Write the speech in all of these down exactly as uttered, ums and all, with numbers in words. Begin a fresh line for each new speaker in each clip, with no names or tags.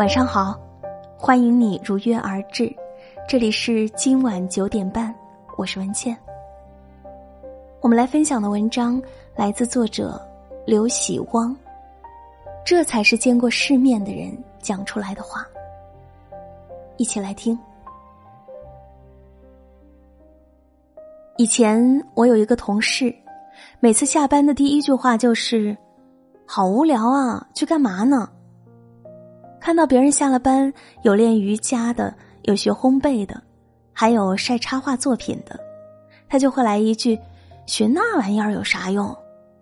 晚上好，欢迎你如约而至，这里是今晚九点半，我是文倩。我们来分享的文章来自作者刘喜汪，这才是见过世面的人讲出来的话。一起来听。以前我有一个同事，每次下班的第一句话就是好无聊啊，去干嘛呢？看到别人下了班，有练瑜伽的，有学烘焙的，还有晒插画作品的，他就会来一句，学那玩意儿有啥用？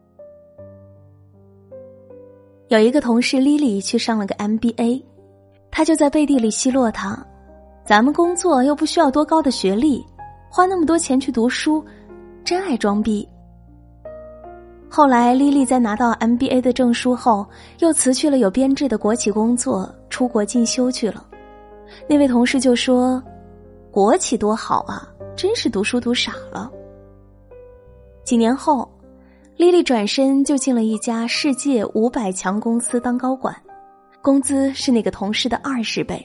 有一个同事 Lily 去上了个 M B A， 他就在背地里奚落他，咱们工作又不需要多高的学历，花那么多钱去读书，真爱装逼。后来莉莉在拿到 M B A 的证书后，又辞去了有编制的国企工作，出国进修去了。那位同事就说，国企多好啊，真是读书读傻了。几年后，莉莉转身就进了一家世界五百强公司当高管，工资是那个同事的二十倍。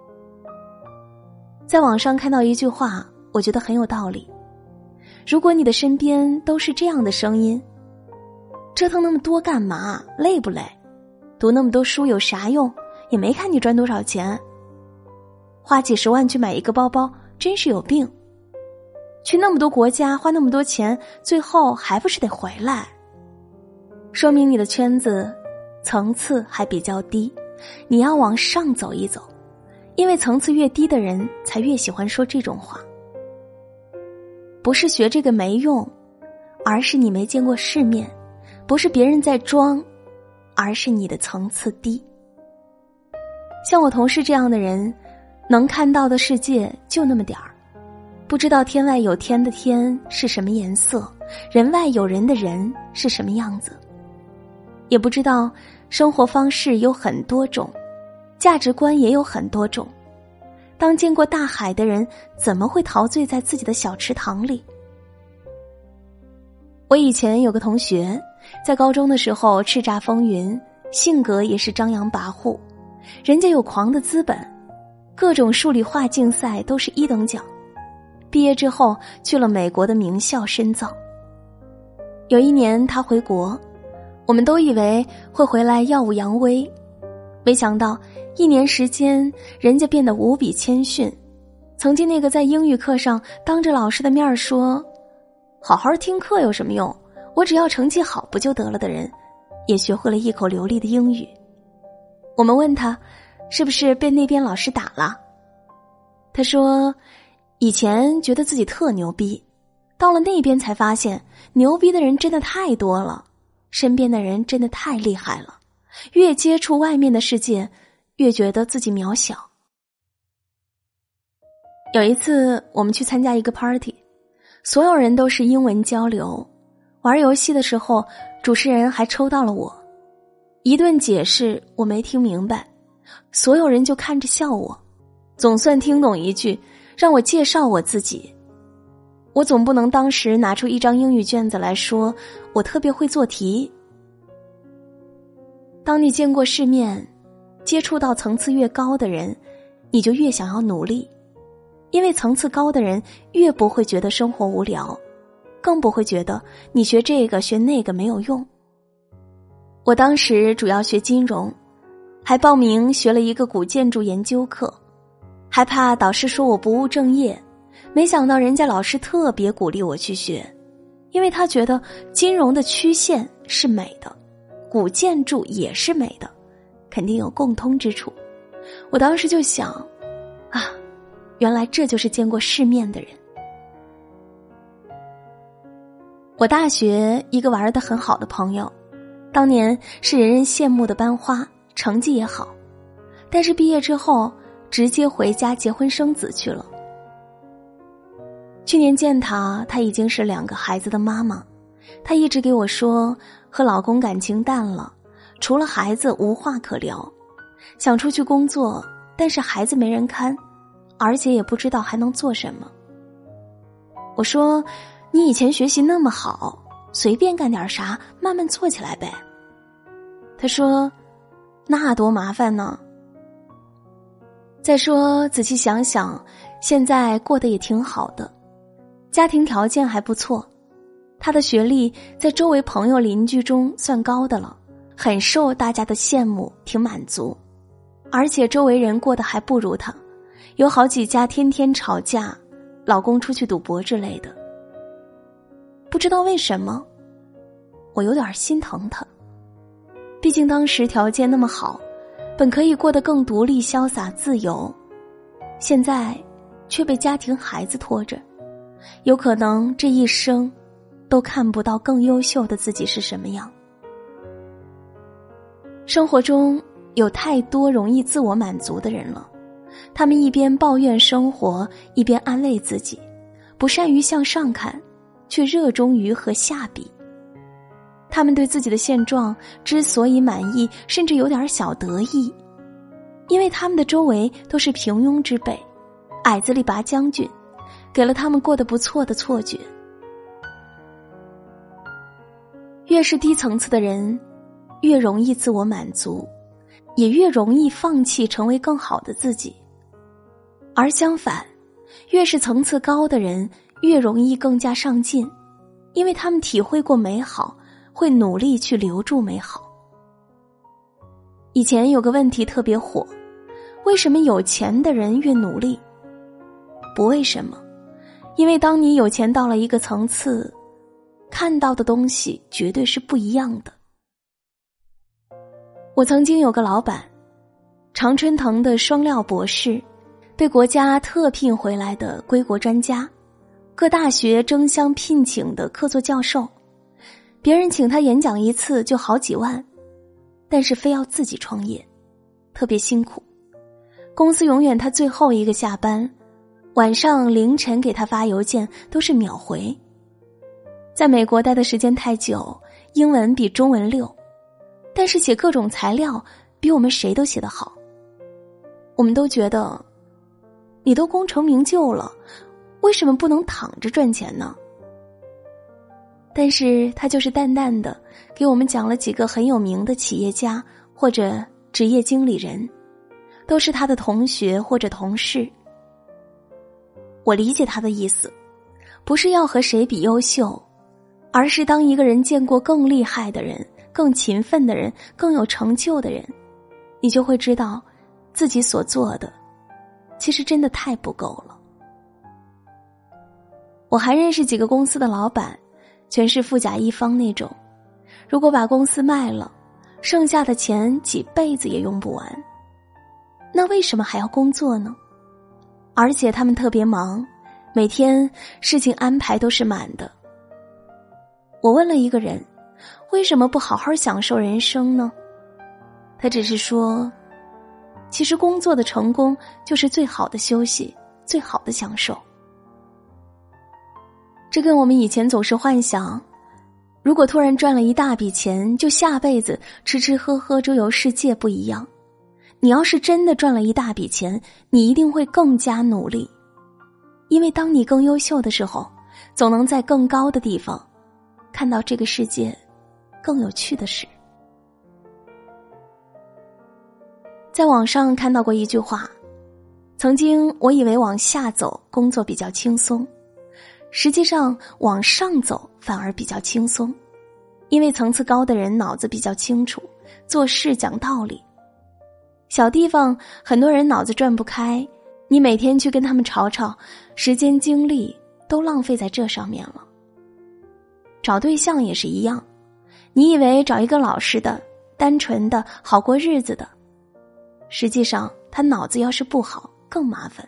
在网上看到一句话，我觉得很有道理，如果你的身边都是这样的声音，折腾那么多干嘛？累不累？读那么多书有啥用？也没看你赚多少钱。花几十万去买一个包包，真是有病。去那么多国家，花那么多钱，最后还不是得回来？说明你的圈子层次还比较低，你要往上走一走，因为层次越低的人才越喜欢说这种话。不是学这个没用，而是你没见过世面。不是别人在装，而是你的层次低。像我同事这样的人，能看到的世界就那么点儿，不知道天外有天的天是什么颜色，人外有人的人是什么样子，也不知道生活方式有很多种，价值观也有很多种。当见过大海的人，怎么会陶醉在自己的小池塘里？我以前有个同学，在高中的时候叱咤风云，性格也是张扬跋扈，人家有狂的资本，各种数理化竞赛都是一等奖，毕业之后去了美国的名校深造。有一年他回国，我们都以为会回来耀武扬威，没想到一年时间人家变得无比谦逊，曾经那个在英语课上当着老师的面说好好听课有什么用，我只要成绩好不就得了的人，也学会了一口流利的英语。我们问他是不是被那边老师打了，他说以前觉得自己特牛逼，到了那边才发现牛逼的人真的太多了，身边的人真的太厉害了，越接触外面的世界越觉得自己渺小。有一次我们去参加一个 party，所有人都是英文交流，玩游戏的时候主持人还抽到了我，一顿解释我没听明白，所有人就看着笑我，总算听懂一句让我介绍我自己。我总不能当时拿出一张英语卷子来说我特别会做题。当你见过世面，接触到层次越高的人，你就越想要努力，因为层次高的人越不会觉得生活无聊，更不会觉得你学这个学那个没有用。我当时主要学金融，还报名学了一个古建筑研究课，还怕导师说我不务正业，没想到人家老师特别鼓励我去学，因为他觉得金融的曲线是美的，古建筑也是美的，肯定有共通之处。我当时就想啊，原来这就是见过世面的人。我大学一个玩得很好的朋友，当年是人人羡慕的班花，成绩也好，但是毕业之后直接回家结婚生子去了。去年见她，她已经是两个孩子的妈妈，她一直给我说和老公感情淡了，除了孩子无话可聊，想出去工作，但是孩子没人看，而且也不知道还能做什么。我说你以前学习那么好，随便干点啥，慢慢做起来呗。他说那多麻烦呢。 再说仔细想想，现在过得也挺好的，家庭条件还不错，他的学历在周围朋友邻居中算高的了，很受大家的羡慕，挺满足。而且周围人过得还不如他，有好几家天天吵架，老公出去赌博之类的。不知道为什么，我有点心疼他。毕竟当时条件那么好，本可以过得更独立、潇洒、自由，现在却被家庭孩子拖着，有可能这一生都看不到更优秀的自己是什么样。生活中有太多容易自我满足的人了，他们一边抱怨生活，一边安慰自己，不善于向上看，却热衷于和下比。他们对自己的现状之所以满意，甚至有点小得意，因为他们的周围都是平庸之辈，矮子里拔将军，给了他们过得不错的错觉。越是低层次的人，越容易自我满足，也越容易放弃成为更好的自己。而相反，越是层次高的人，越容易更加上进，因为他们体会过美好，会努力去留住美好。以前有个问题特别火，为什么有钱的人越努力？不为什么，因为当你有钱到了一个层次，看到的东西绝对是不一样的。我曾经有个老板，常春藤的双料博士，被国家特聘回来的归国专家，各大学争相聘请的客座教授，别人请他演讲一次就好几万，但是非要自己创业，特别辛苦。公司永远他最后一个下班，晚上凌晨给他发邮件都是秒回。在美国待的时间太久，英文比中文溜，但是写各种材料比我们谁都写得好。我们都觉得，你都功成名就了，为什么不能躺着赚钱呢？但是他就是淡淡的给我们讲了几个很有名的企业家或者职业经理人，都是他的同学或者同事。我理解他的意思，不是要和谁比优秀，而是当一个人见过更厉害的人，更勤奋的人，更有成就的人，你就会知道自己所做的其实真的太不够了。我还认识几个公司的老板，全是富甲一方那种，如果把公司卖了，剩下的钱几辈子也用不完，那为什么还要工作呢？而且他们特别忙，每天事情安排都是满的。我问了一个人，为什么不好好享受人生呢？他只是说，其实工作的成功就是最好的休息，最好的享受。这跟我们以前总是幻想，如果突然赚了一大笔钱，就下辈子吃吃喝喝周游世界不一样。你要是真的赚了一大笔钱，你一定会更加努力，因为当你更优秀的时候，总能在更高的地方看到这个世界更有趣的事。在网上看到过一句话，曾经我以为往下走工作比较轻松，实际上往上走反而比较轻松，因为层次高的人脑子比较清楚，做事讲道理。小地方很多人脑子转不开，你每天去跟他们吵吵，时间精力都浪费在这上面了。找对象也是一样，你以为找一个老实的、单纯的、好过日子的，实际上他脑子要是不好更麻烦。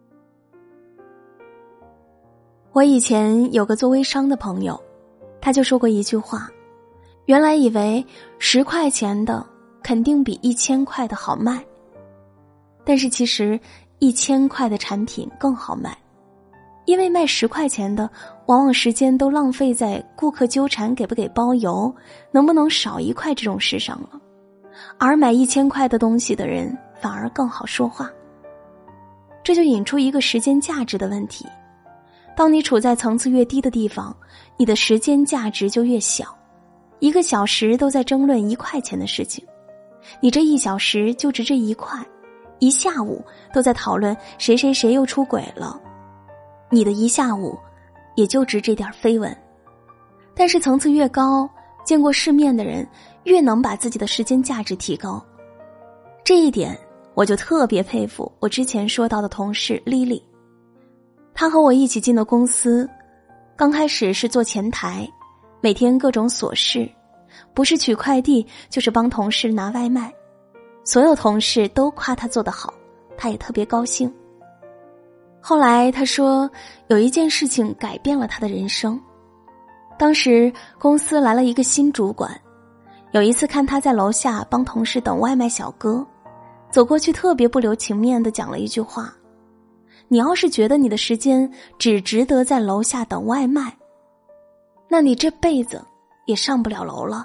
我以前有个做微商的朋友，他就说过一句话，原来以为十块钱的肯定比一千块的好卖，但是其实一千块的产品更好卖，因为卖十块钱的往往时间都浪费在顾客纠缠给不给包邮，能不能少一块这种事上了，而买一千块的东西的人反而更好说话。这就引出一个时间价值的问题，当你处在层次越低的地方，你的时间价值就越小，一个小时都在争论一块钱的事情，你这一小时就值这一块， 一下午都在讨论谁谁谁又出轨了，你的一下午也就值这点绯闻。但是层次越高，见过世面的人越能把自己的时间价值提高。这一点我就特别佩服我之前说到的同事 Lily。 她和我一起进的公司，刚开始是做前台，每天各种琐事，不是取快递就是帮同事拿外卖，所有同事都夸她做得好，她也特别高兴。后来她说有一件事情改变了她的人生。当时公司来了一个新主管，有一次看他在楼下帮同事等外卖小哥，走过去特别不留情面地讲了一句话：你要是觉得你的时间只值得在楼下等外卖，那你这辈子也上不了楼了。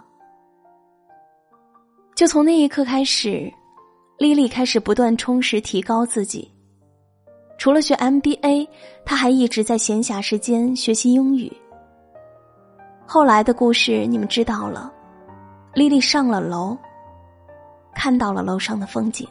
就从那一刻开始，莉莉开始不断充实提高自己。除了学 M B A， 她还一直在闲暇时间学习英语。后来的故事你们知道了，莉莉上了楼，看到了楼上的风景。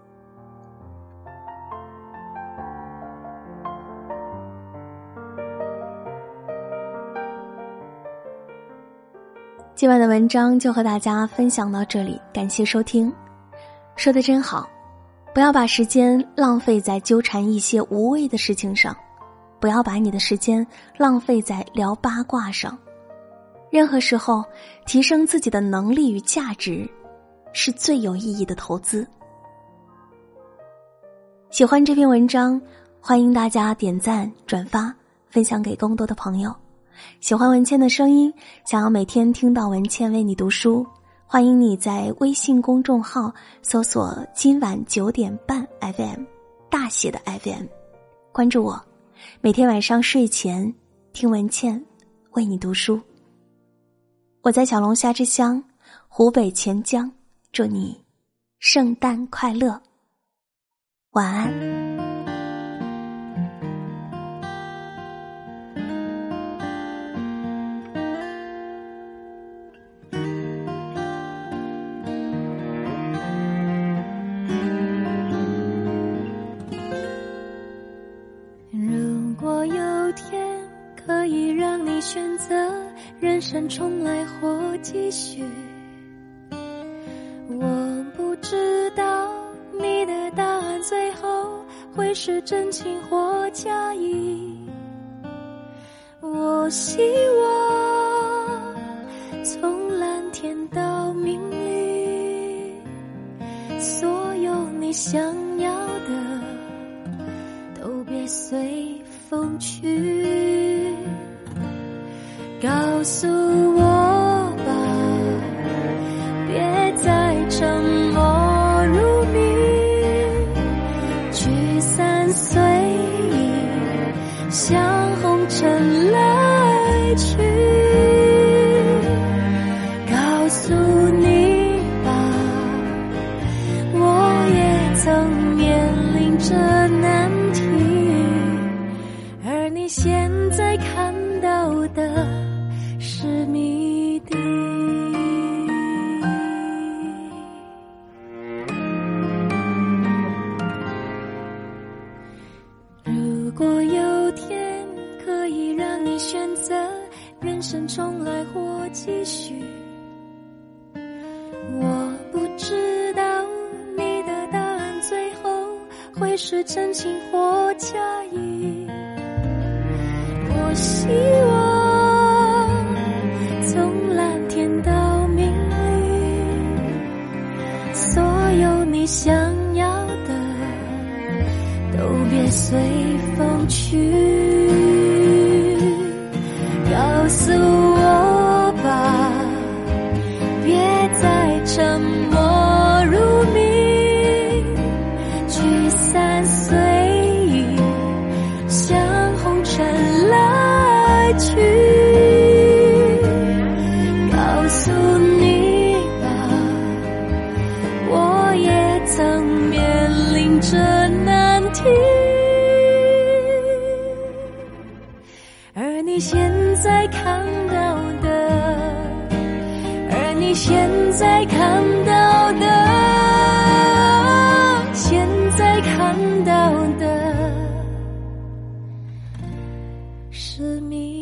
今晚的文章就和大家分享到这里，感谢收听。说得真好，不要把时间浪费在纠缠一些无谓的事情上，不要把你的时间浪费在聊八卦上。任何时候，提升自己的能力与价值，是最有意义的投资。喜欢这篇文章，欢迎大家点赞、转发，分享给更多的朋友。喜欢文倩的声音，想要每天听到文倩为你读书，欢迎你在微信公众号搜索今晚九点半 F M， 大写的 F M， 关注我，每天晚上睡前听文倩为你读书。我在小龙虾之乡湖北潜江，祝你圣诞快乐，晚安。
如果有天可以让你选择人生重来或继续，我不知道你的答案最后会是真情或假意。我希望从蓝天到明绿，所有你想要的都别随风去。告诉我吧，别再沉默如谜，聚散随意，像红尘来去。告诉你吧，我也曾面临着难题，而你现在看到的是谜底。如果有天可以让你选择人生重来或继续，我不知道你的答案最后会是真情或假意。我希望从蓝天到明绿，所有你想要的都别随风去。告诉我吧，别再沉默如谜，聚散随意，像红尘来去。告诉你吧，我也曾面临着难题，而你现在看到的，而你现在看到的，现在到的是谜。